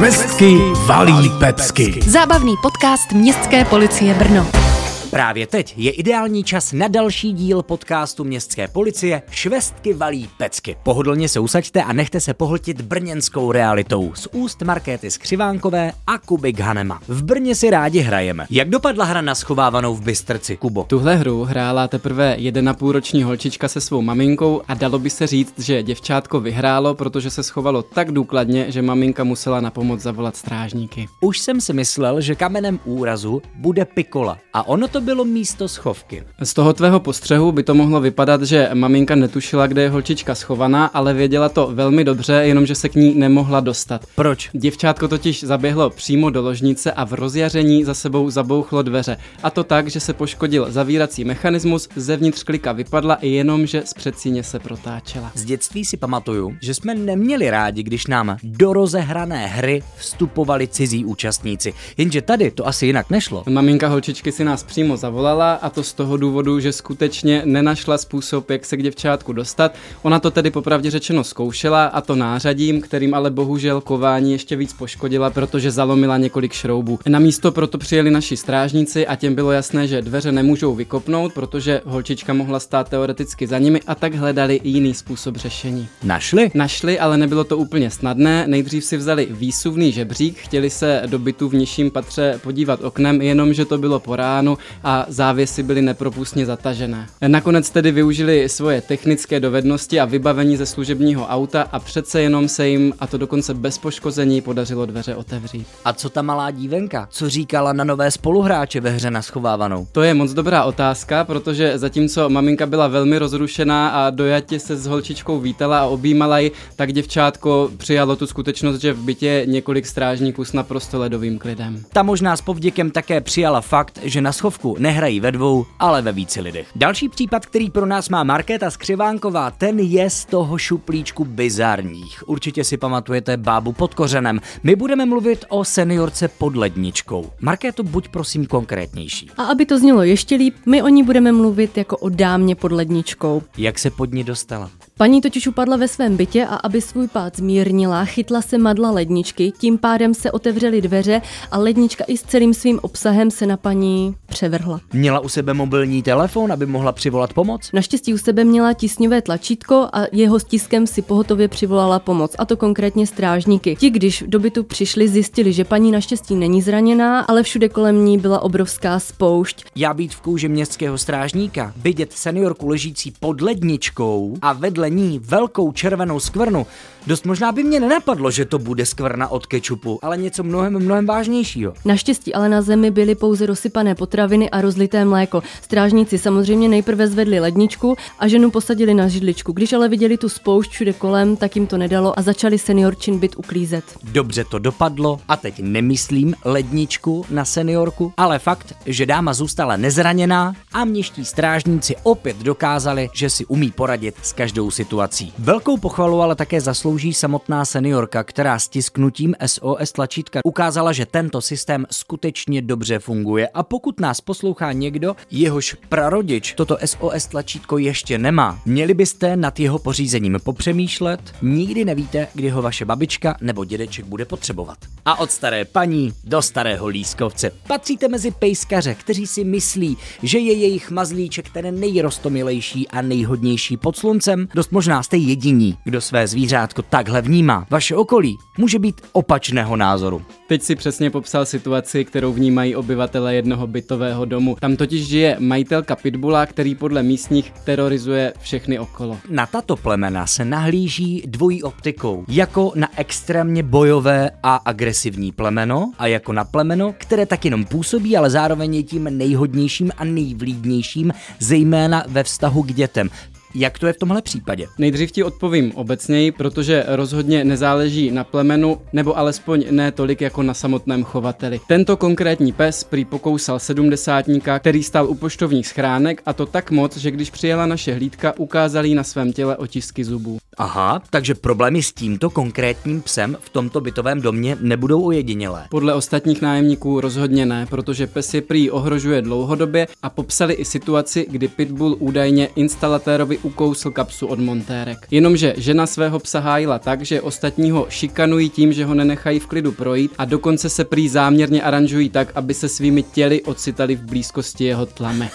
Švestky valí pecky. Zábavný podcast Městské policie Brno. Právě teď je ideální čas na další díl podcastu Městské policie Švestky valí pecky. Pohodlně se usaďte a nechte se pohltit brněnskou realitou z úst Markéty Skřivánkové a Kuby Ghanema. V Brně si rádi hrajeme. Jak dopadla hra na schovávanou v Bystrci, Kubo? Tuhle hru hrála teprve 1,5roční holčička se svou maminkou a dalo by se říct, že děvčátko vyhrálo, protože se schovalo tak důkladně, že maminka musela na pomoc zavolat strážníky. Už jsem si myslel, že kamenem úrazu bude pikola a ono to bylo místo schovky. Z toho tvého postřehu by to mohlo vypadat, že maminka netušila, kde je holčička schovaná, ale věděla to velmi dobře, jenomže se k ní nemohla dostat. Proč? Děvčátko totiž zaběhlo přímo do ložnice a v rozjaření za sebou zabouchlo dveře. A to tak, že se poškodil zavírací mechanismus, zevnitř klika vypadla i jenom, že z předsíně se protáčela. Z dětství si pamatuju, že jsme neměli rádi, když nám do rozehrané hry vstupovali cizí účastníci. Jenže tady to asi jinak nešlo. Maminka holčičky si nás přímo zavolala, a to z toho důvodu, že skutečně nenašla způsob, jak se k děvčátku dostat. Ona to tedy popravdě řečeno zkoušela, a to nářadím, kterým ale bohužel kování ještě víc poškodila, protože zalomila několik šroubů. Na místo proto přijeli naši strážníci a těm bylo jasné, že dveře nemůžou vykopnout, protože holčička mohla stát teoreticky za nimi, a tak hledali jiný způsob řešení. Našli, ale nebylo to úplně snadné. Nejdřív si vzali výsuvný žebřík, chtěli se do bytu v nižším patře podívat oknem, jenomže to bylo po ránu a závěsy byly nepropustně zatažené. Nakonec tedy využili svoje technické dovednosti a vybavení ze služebního auta a přece jenom se jim, a to dokonce bez poškození, podařilo dveře otevřít. A co ta malá dívenka? Co říkala na nové spoluhráče ve hře na schovávanou? To je moc dobrá otázka, protože zatímco maminka byla velmi rozrušená a dojatě se s holčičkou vítala a objímala ji, tak děvčátko přijalo tu skutečnost, že v bytě je několik strážníků s naprosto ledovým klidem. Ta možná s povděkem také přijala fakt, že na schovku nehrají ve dvou, ale ve víci lidech. Další případ, který pro nás má Markéta Skřivánková, ten je z toho šuplíčku bizarních. Určitě si pamatujete bábu pod kořenem. My budeme mluvit o seniorce pod ledničkou. Markéto, buď prosím konkrétnější. A aby to znělo ještě líp, my o ní budeme mluvit jako o dámě pod ledničkou. Jak se pod ní dostala? Paní totiž upadla ve svém bytě a aby svůj pád zmírnila, chytla se madla ledničky, tím pádem se otevřely dveře a lednička i s celým svým obsahem se na paní převrhla. Měla u sebe mobilní telefon, aby mohla přivolat pomoc? Naštěstí u sebe měla tísňové tlačítko a jeho stiskem si pohotově přivolala pomoc, a to konkrétně strážníky. Ti, když do bytu přišli, zjistili, že paní naštěstí není zraněná, ale všude kolem ní byla obrovská spoušť. Já být v kůži městského strážníka, vidět seniorku ležící pod ledničkou a vedle ní velkou červenou skvrnu, dost možná by mě nenapadlo, že to bude skvrna od kečupu, ale něco mnohem vážnějšího. Naštěstí ale na zemi byly pouze rozsypané potraviny a rozlité mléko. Strážníci samozřejmě nejprve zvedli ledničku a ženu posadili na židličku. Když ale viděli tu spoušť všude kolem, tak jim to nedalo a začali seniorčin byt uklízet. Dobře to dopadlo a teď nemyslím ledničku na seniorku, ale fakt, že dáma zůstala nezraněná a městští strážníci opět dokázali, že si umí poradit s každou situací. Velkou pochvalu ale také zaslouží samotná seniorka, která stisknutím SOS tlačítka ukázala, že tento systém skutečně dobře funguje, a pokud nás poslouchá někdo, jehož prarodič toto SOS tlačítko ještě nemá, měli byste nad jeho pořízením popřemýšlet, nikdy nevíte, kdy ho vaše babička nebo dědeček bude potřebovat. A od staré paní do starého lískovce patříte mezi pejskaře, kteří si myslí, že je jejich mazlíček ten nejrostomilejší a nejhodnější pod sluncem. Dost možná jste jediní, kdo své zvířátko takhle vnímá. Vaše okolí může být opačného názoru. Teď si přesně popsal situaci, kterou vnímají obyvatelé jednoho bytového domu. Tam totiž žije majitelka pitbulla, který podle místních terorizuje všechny okolo. Na tato plemena se nahlíží dvojí optikou, jako na extrémně bojové a agresivní plemeno a jako na plemeno, které tak jenom působí, ale zároveň je tím nejhodnějším a nejvlídnějším, zejména ve vztahu k dětem. Jak to je v tomhle případě? Nejdřív ti odpovím obecněji, protože rozhodně nezáleží na plemenu, nebo alespoň ne tolik jako na samotném chovateli. Tento konkrétní pes prý pokousal sedmdesátníka, který stál u poštovních schránek, a to tak moc, že když přijela naše hlídka, ukázal jí na svém těle otisky zubů. Aha, takže problémy s tímto konkrétním psem v tomto bytovém domě nebudou ojedinělé. Podle ostatních nájemníků rozhodně ne, protože pes je prý ohrožuje dlouhodobě a popsali i situaci, kdy pitbull údajně instalatérovi ukousl kapsu od montérek. Jenomže žena svého psa hájila tak, že ostatní ho šikanují tím, že ho nenechají v klidu projít a dokonce se prý záměrně aranžují tak, aby se svými těly ocitali v blízkosti jeho tlamy.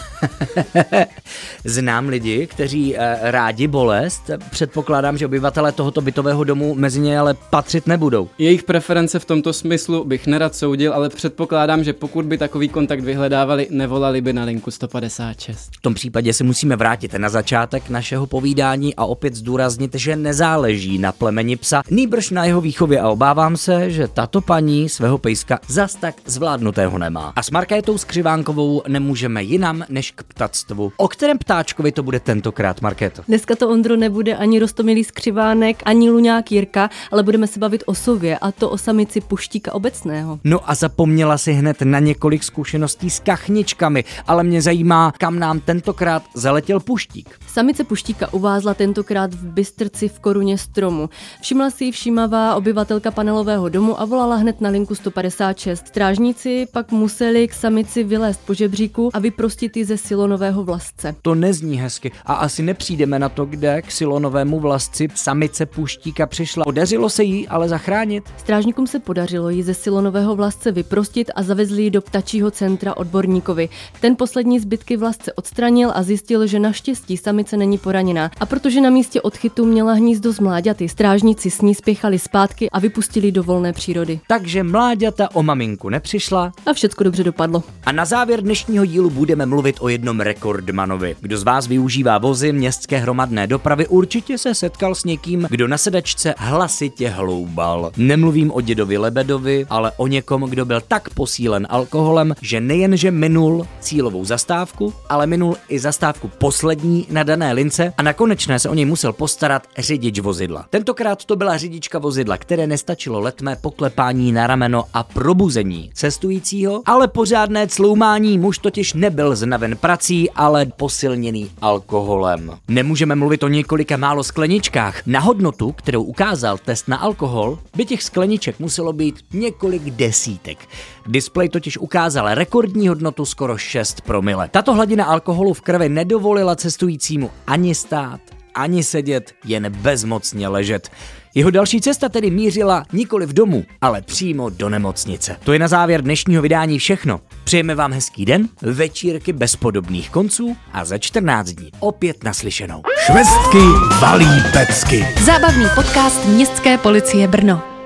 Znám lidi, kteří rádi bolest. Předpokládám, že obyvatelé tohoto bytového domu mezi ně ale patřit nebudou. Jejich preference v tomto smyslu bych nerad soudil, ale předpokládám, že pokud by takový kontakt vyhledávali, nevolali by na linku 156. V tom případě se musíme vrátit na začátek našeho povídání a opět zdůraznit, že nezáleží na plemeni psa, nýbrž na jeho výchově a obávám se, že tato paní svého pejska zas tak zvládnutého nemá. A s Markétou Skřivánkovou nemůžeme jinam než k ptactvu. O kterém ptáčkovi to bude tentokrát, Markéto? Dneska to, Ondro, nebude ani Roztomilý Skřivánek, ani Luňák Jirka, ale budeme se bavit o sově, a to o samici puštíka obecného. No a zapomněla si hned na několik zkušeností s kachničkami, ale mě zajímá, kam nám tentokrát zaletěl puštík. Samice puštíka uvázla tentokrát v Bystrci v koruně stromu. Všimla si ji všímavá obyvatelka panelového domu a volala hned na linku 156. Strážníci pak museli k samici vylézt po žebříku a vyprostit ji ze silonového vlasce. To nezní hezky a asi nepřijdeme na to, kde k silonovému vlasci samice puštíka přišla. Podařilo se jí ale zachránit? Strážníkům se podařilo ji ze silonového vlasce vyprostit a zavezli ji do ptačího centra odborníkovi. Ten poslední zbytky vlasce odstranil a zjistil, že naštěstí samice není poraněná. A protože na místě odchytu měla hnízdo z mláďaty, strážníci s ní spěchali zpátky a vypustili do volné přírody. Takže mláďata o maminku nepřišla A všecko dobře dopadlo. a na závěr dnešního dílu budeme mluvit o jednom rekordmanovi. Kdo z vás využívá vozy městské hromadné dopravy, určitě se setkal s někým, kdo na sedačce hlasitě hloubal. Nemluvím o dědovi Lebedovi, ale o někom, kdo byl tak posílen alkoholem, že nejenže minul cílovou zastávku, ale minul i zastávku poslední na dané lince a na konečné se o něj musel postarat řidič vozidla. Tentokrát to byla řidička vozidla, které nestačilo letmé poklepání na rameno a probuzení cestujícího, ale pořádné cloumání, muž totiž nebyl znaven prací, ale posilněný alkoholem. Nemůžeme mluvit o několika málo skleničkách. Na hodnotu, kterou ukázal test na alkohol, by těch skleniček muselo být několik desítek. Displej totiž ukázal rekordní hodnotu skoro 6 promile. Tato hladina alkoholu v krvi nedovolila cestujícímu ani stát, ani sedět, jen bezmocně ležet. Jeho další cesta tedy mířila nikoli v domu, ale přímo do nemocnice. To je na závěr dnešního vydání všechno. Přejeme vám hezký den, večírky bez podobných konců a za 14 dní opět naslyšenou. Švestky valí pecky. Zábavný podcast Městské policie Brno.